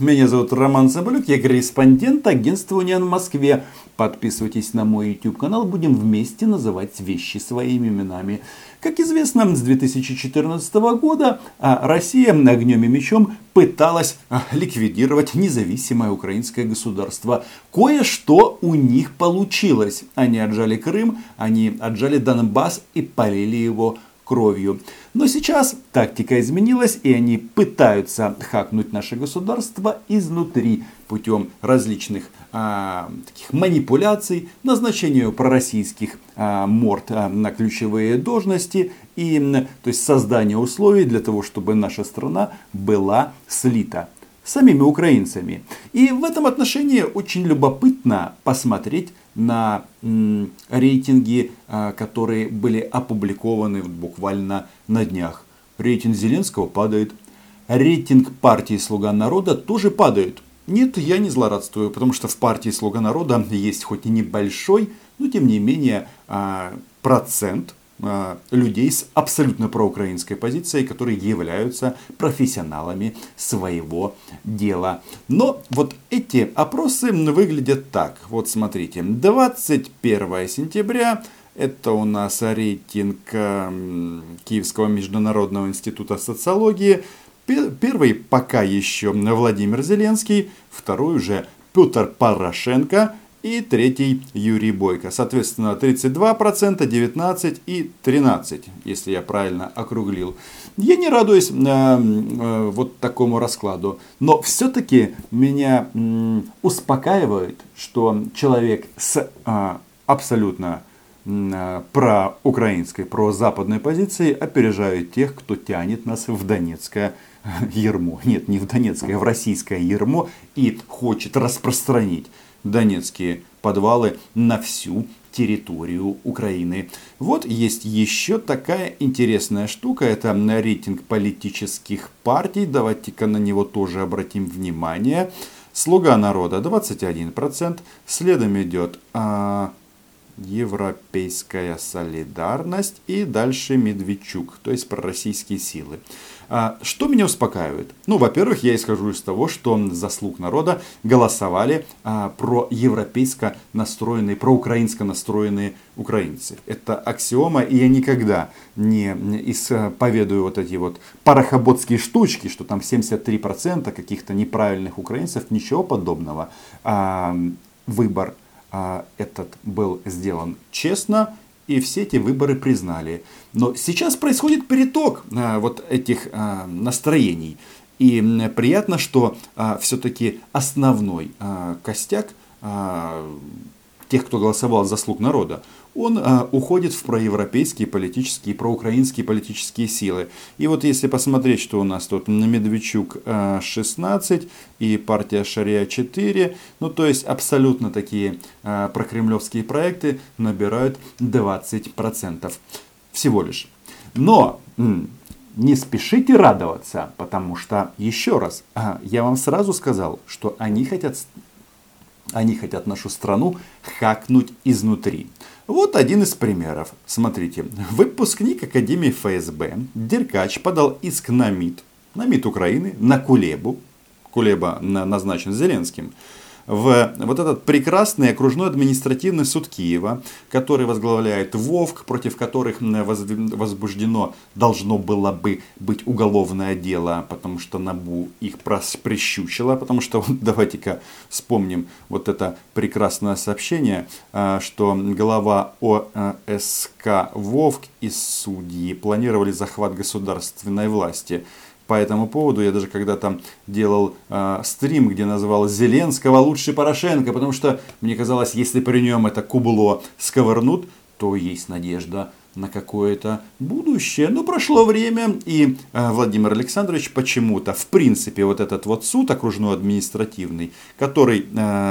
Меня зовут Роман Соболюк, я корреспондент агентства «Униан» в Москве. Подписывайтесь на мой YouTube канал, будем вместе называть вещи своими именами. Как известно, с 2014 года Россия огнем и мечом пыталась ликвидировать независимое украинское государство. Кое-что у них получилось. Они отжали Крым, они отжали Донбасс и полили его кровью. Но сейчас тактика изменилась, и они пытаются хакнуть наше государство изнутри путем различных таких манипуляций, назначения пророссийских морд на ключевые должности и то есть создания условий для того, чтобы наша страна была слита самими украинцами. И в этом отношении очень любопытно посмотреть на рейтинги, которые были опубликованы буквально на днях. Рейтинг Зеленского падает. Рейтинг партии «Слуга народа» тоже падает. Нет, я не злорадствую, потому что в партии «Слуга народа» есть хоть и небольшой, но тем не менее процент людей с абсолютно проукраинской позицией, которые являются профессионалами своего дела. Но вот эти опросы выглядят так. Вот смотрите, 21 сентября, это у нас рейтинг Киевского международного института социологии. Первый пока еще Владимир Зеленский, второй уже Петр Порошенко. И третий Юрий Бойко. Соответственно, 32%, 19% и 13%, если я правильно округлил. Я не радуюсь вот такому раскладу. Но все-таки меня успокаивает, что человек с абсолютно проукраинской, прозападной позицией опережает тех, кто тянет нас в донецкое ярмо. Нет, не в донецкое, а в российское ярмо и хочет распространить донецкие подвалы на всю территорию Украины. Вот есть еще такая интересная штука. Это рейтинг политических партий. Давайте-ка на него тоже обратим внимание. «Слуга народа» 21%. Следом идет Европейская солидарность и дальше Медведчук, то есть пророссийские силы. Что меня успокаивает? Ну, во-первых, я исхожу из того, что за «Слуг народа» голосовали проевропейско настроенные, проукраинско настроенные украинцы. Это аксиома, и я никогда не исповедую вот эти вот парохоботские штучки, что там 73% каких-то неправильных украинцев, ничего подобного. Выбор этот был сделан честно, и все эти выборы признали. Но сейчас происходит переток вот этих настроений. И приятно, что все-таки основной костяк тех, кто голосовал за «Слуг народа», он уходит в проевропейские политические, проукраинские политические силы. И вот если посмотреть, что у нас тут на Медведчук 16 и партия Шария 4, ну то есть абсолютно такие прокремлевские проекты набирают 20% всего лишь. Но не спешите радоваться, потому что, еще раз, я вам сразу сказал, что они хотят нашу страну хакнуть изнутри. Вот один из примеров. Смотрите, выпускник Академии ФСБ Деркач подал иск на МИД Украины, на Кулебу. Кулеба назначен Зеленским. В вот этот прекрасный окружной административный суд Киева, который возглавляет ВОВК, против которых возбуждено должно было бы быть уголовное дело, потому что НАБУ их прищучило. Потому что вот давайте-ка вспомним вот это прекрасное сообщение, что глава ОСК ВОВК и судьи планировали захват государственной власти. По этому поводу я даже когда-то делал стрим, где называл Зеленского лучше Порошенко, потому что мне казалось, если при нем это кубло сковырнут, то есть надежда на какое-то будущее. Но прошло время, и Владимир Александрович почему-то, в принципе, вот этот вот суд окружной административный, который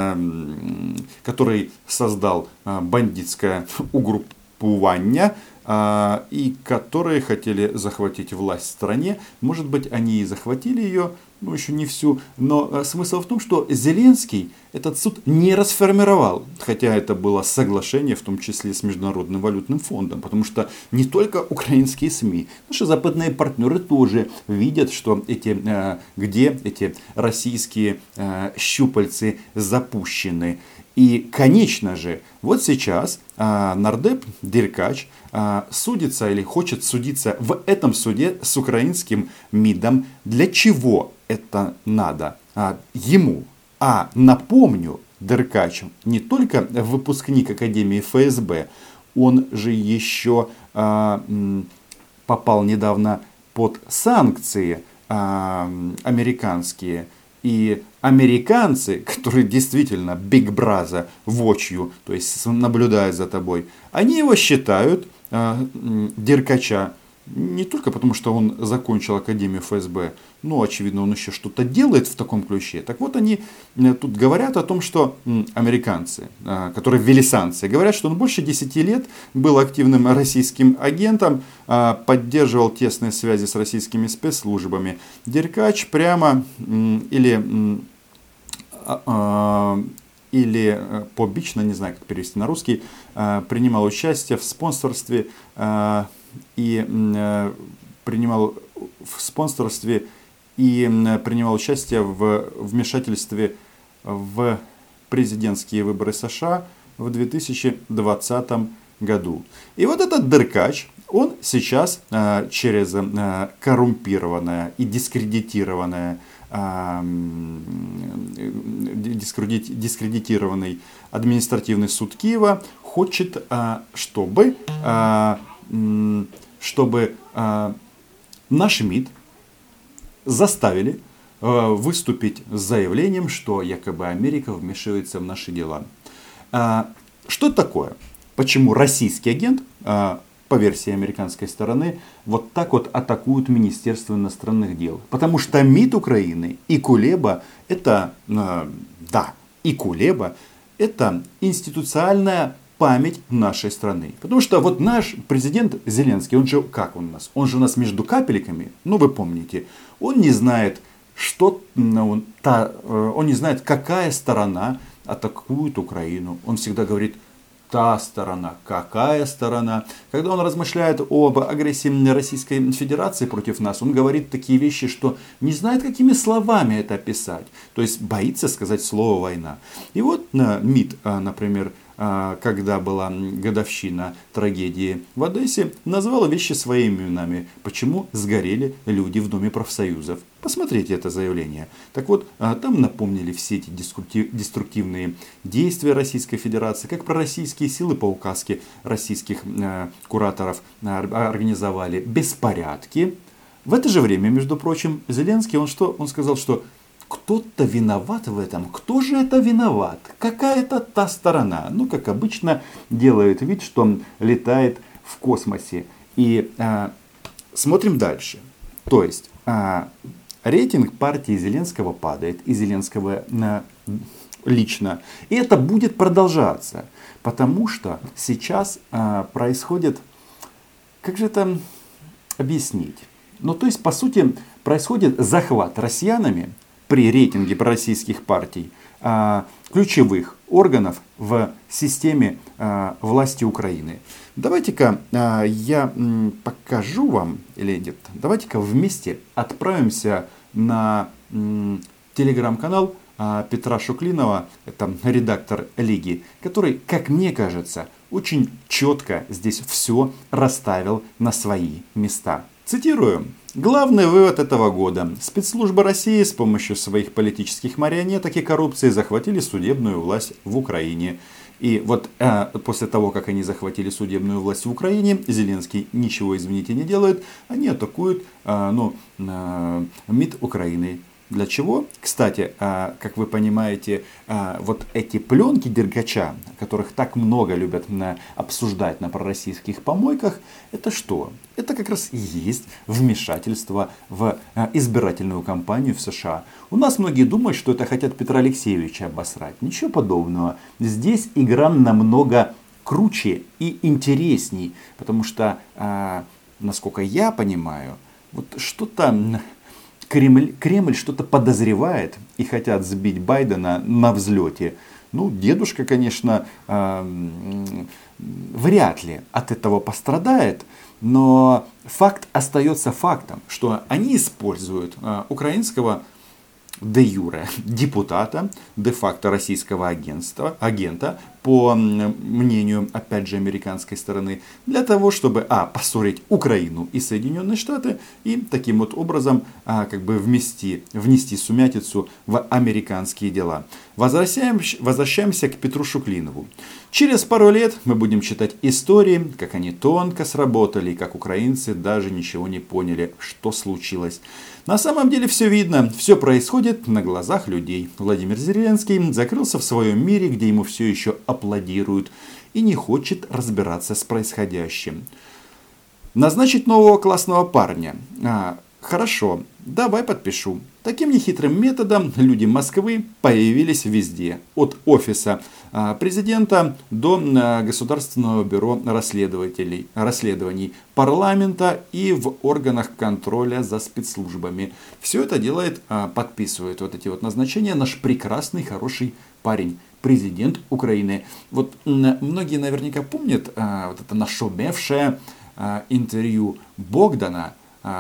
создал бандитское угруппування, и которые хотели захватить власть в стране. Может быть, они и захватили ее, ну еще не всю, но смысл в том, что Зеленский этот суд не расформировал, хотя это было соглашение, в том числе с Международным валютным фондом, потому что не только украинские СМИ, наши западные партнеры тоже видят, что где эти российские щупальцы запущены. И, конечно же, вот сейчас нардеп Деркач судится или хочет судиться в этом суде с украинским МИДом. Для чего это надо ему? Напомню, Деркач не только выпускник Академии ФСБ, он же еще попал недавно под санкции американские. И американцы, которые действительно Big Brother watch you, то есть наблюдают за тобой, они его считают, Деркача, не только потому, что он закончил Академию ФСБ, но, очевидно, он еще что-то делает в таком ключе. Так вот, они тут говорят о том, что американцы, которые ввели санкции, говорят, что он больше 10 лет был активным российским агентом, поддерживал тесные связи с российскими спецслужбами. Деркач прямо или публично, не знаю, как перевести на русский, принимал участие в спонсорстве принимал участие в вмешательстве в президентские выборы США в 2020 году. И вот этот Деркач, он сейчас через коррумпированное и дискредитированный административный суд Киева хочет, чтобы наш МИД заставили выступить с заявлением, что якобы Америка вмешивается в наши дела. Что это такое? Почему российский агент, по версии американской стороны, вот так вот атакуют Министерство иностранных дел? Потому что МИД Украины и Кулеба это институциональная память нашей страны. Потому что вот наш президент Зеленский, он же как он у нас? Он же у нас между капельками, ну вы помните, он не знает, он не знает, какая сторона атакует Украину. Он всегда говорит, та сторона, какая сторона. Когда он размышляет об агрессии Российской Федерации против нас, он говорит такие вещи, что не знает, какими словами это описать. То есть боится сказать слово «война». И вот МИД, например, когда была годовщина трагедии в Одессе, назвала вещи своими именами. Почему сгорели люди в Доме профсоюзов? Посмотрите это заявление. Так вот, там напомнили все эти деструктивные действия Российской Федерации, как пророссийские силы по указке российских кураторов организовали беспорядки. В это же время, между прочим, Зеленский, он сказал, что кто-то виноват в этом. Кто же это виноват? Какая-то та сторона. Ну, как обычно, делает вид, что он летает в космосе. И смотрим дальше. То есть, рейтинг партии Зеленского падает. И Зеленского лично. И это будет продолжаться. Потому что сейчас происходит... Как же это объяснить? Ну, то есть, по сути, происходит захват россиянами при рейтинге пророссийских партий ключевых органов в системе власти Украины. Давайте-ка я покажу вам, или нет, давайте-ка вместе отправимся на телеграм-канал Петра Шуклинова, это редактор Лиги, который, как мне кажется, очень четко здесь все расставил на свои места. Цитирую. Главный вывод этого года. Спецслужбы России с помощью своих политических марионеток и коррупции захватили судебную власть в Украине. И вот после того, как они захватили судебную власть в Украине, Зеленский ничего, извините, не делает. Они атакуют МИД Украины. Для чего? Кстати, как вы понимаете, вот эти пленки Деркача, которых так много любят обсуждать на пророссийских помойках, это что? Это как раз и есть вмешательство в избирательную кампанию в США. У нас многие думают, что это хотят Петра Алексеевича обосрать. Ничего подобного. Здесь игра намного круче и интересней. Потому что, насколько я понимаю, вот что-то... Кремль что-то подозревает и хотят сбить Байдена на взлете. Ну, дедушка, конечно, вряд ли от этого пострадает, но факт остается фактом, что они используют украинского де юре депутата, де-факто российского агента, по мнению, опять же, американской стороны, для того, чтобы, поссорить Украину и Соединенные Штаты и таким вот образом как бы внести сумятицу в американские дела. Возвращаемся к Петру Шуклинову. Через пару лет мы будем читать истории, как они тонко сработали, как украинцы даже ничего не поняли, что случилось. На самом деле все видно, все происходит на глазах людей. Владимир Зеленский закрылся в своем мире, где ему все еще аплодируют, и не хочет разбираться с происходящим. Назначить нового классного парня. Хорошо, давай подпишу. Таким нехитрым методом люди Москвы появились везде. От офиса президента до Государственного бюро расследований, парламента и в органах контроля за спецслужбами. Все это делает, подписывает вот эти вот назначения наш прекрасный, хороший парень. Президент Украины. Вот многие наверняка помнят вот это нашумевшее интервью Богдана,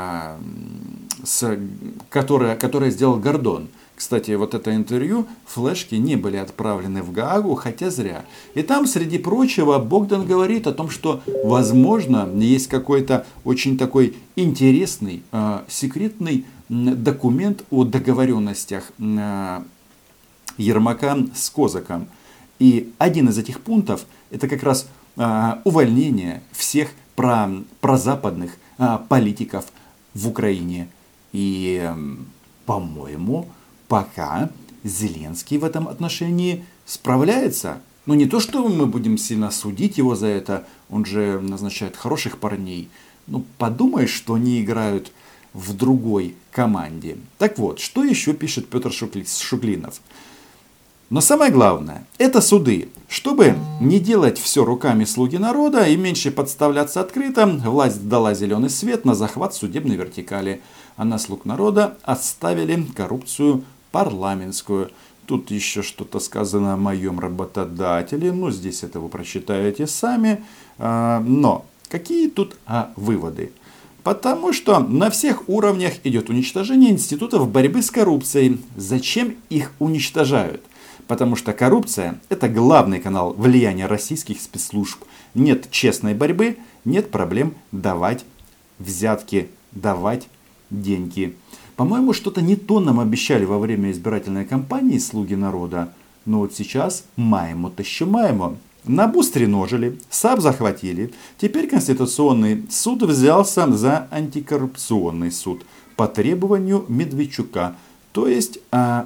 которое сделал Гордон. Кстати, вот это интервью, флешки не были отправлены в Гаагу, хотя зря. И там, среди прочего, Богдан говорит о том, что, возможно, есть какой-то очень такой интересный, секретный документ о договоренностях Ермака с Козаком. И один из этих пунктов — это как раз увольнение всех прозападных политиков в Украине. И, по-моему, пока Зеленский в этом отношении справляется. Ну, не то, что мы будем сильно судить его за это, он же назначает хороших парней. Ну, подумаешь, что они играют в другой команде. Так вот, что еще пишет Петр Шуклинов? Но самое главное, это суды. Чтобы не делать все руками слуги народа и меньше подставляться открыто, власть дала зеленый свет на захват судебной вертикали. А на слуг народа оставили коррупцию парламентскую. Тут еще что-то сказано о моем работодателе. Ну, здесь это вы прочитаете сами. Но какие тут выводы? Потому что на всех уровнях идет уничтожение институтов борьбы с коррупцией. Зачем их уничтожают? Потому что коррупция – это главный канал влияния российских спецслужб. Нет честной борьбы, нет проблем давать взятки, давать деньги. По-моему, что-то не то нам обещали во время избирательной кампании «Слуги народа». Но вот сейчас маемо-то еще маемо. НАБУ стреножили, САП захватили. Теперь Конституционный суд взялся за антикоррупционный суд по требованию Медведчука. То есть,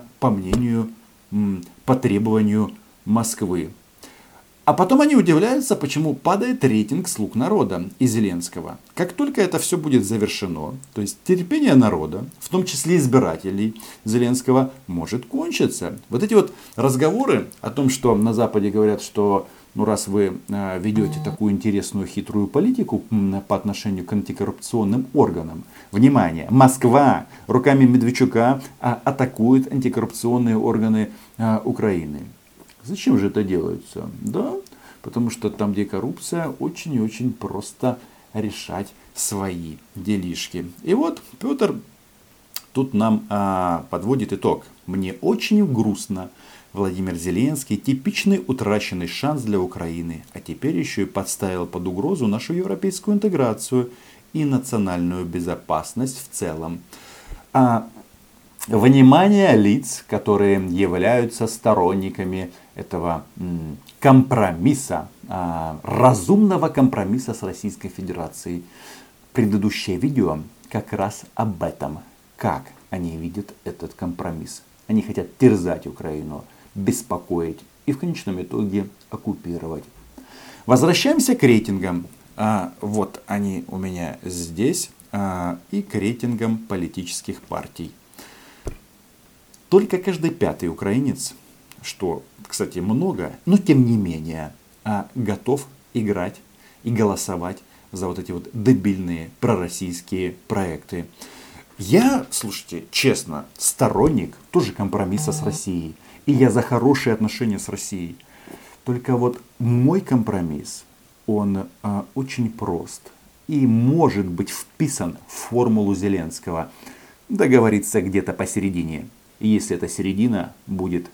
по требованию Москвы. А потом они удивляются, почему падает рейтинг слуг народа и Зеленского. Как только это все будет завершено, то есть терпение народа, в том числе избирателей Зеленского, может кончиться. Вот эти вот разговоры о том, что на Западе говорят, что раз вы ведете такую интересную хитрую политику по отношению к антикоррупционным органам, внимание, Москва руками Медведчука атакует антикоррупционные органы Украины. Зачем же это делается? Да, потому что там, где коррупция, очень и очень просто решать свои делишки. И вот Петр тут нам подводит итог. Мне очень грустно. Владимир Зеленский — типичный утраченный шанс для Украины, а теперь еще и подставил под угрозу нашу европейскую интеграцию и национальную безопасность в целом. Внимание лиц, которые являются сторонниками этого компромисса, разумного компромисса с Российской Федерацией. Предыдущее видео как раз об этом. Как они видят этот компромисс. Они хотят терзать Украину, беспокоить и в конечном итоге оккупировать. Возвращаемся к рейтингам. Вот они у меня здесь. И к рейтингам политических партий. Только каждый пятый украинец, что, кстати, много, но тем не менее, готов играть и голосовать за вот эти вот дебильные пророссийские проекты. Я, слушайте, честно, сторонник тоже компромисса с Россией. И я за хорошие отношения с Россией. Только вот мой компромисс, он очень прост и может быть вписан в формулу Зеленского. Договориться где-то посередине. И если эта середина будет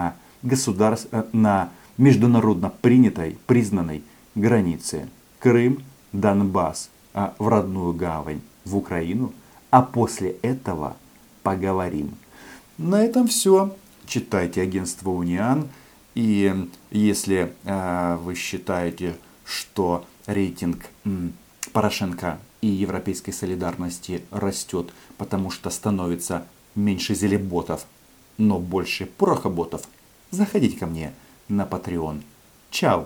на международно принятой, признанной границе. Крым, Донбасс, в родную гавань, в Украину. А после этого поговорим. На этом все. Читайте агентство Униан. И если вы считаете, что рейтинг Порошенко и европейской солидарности растет, потому что становится меньше зелеботов, но больше порохоботов, заходите ко мне на Patreon. Чао!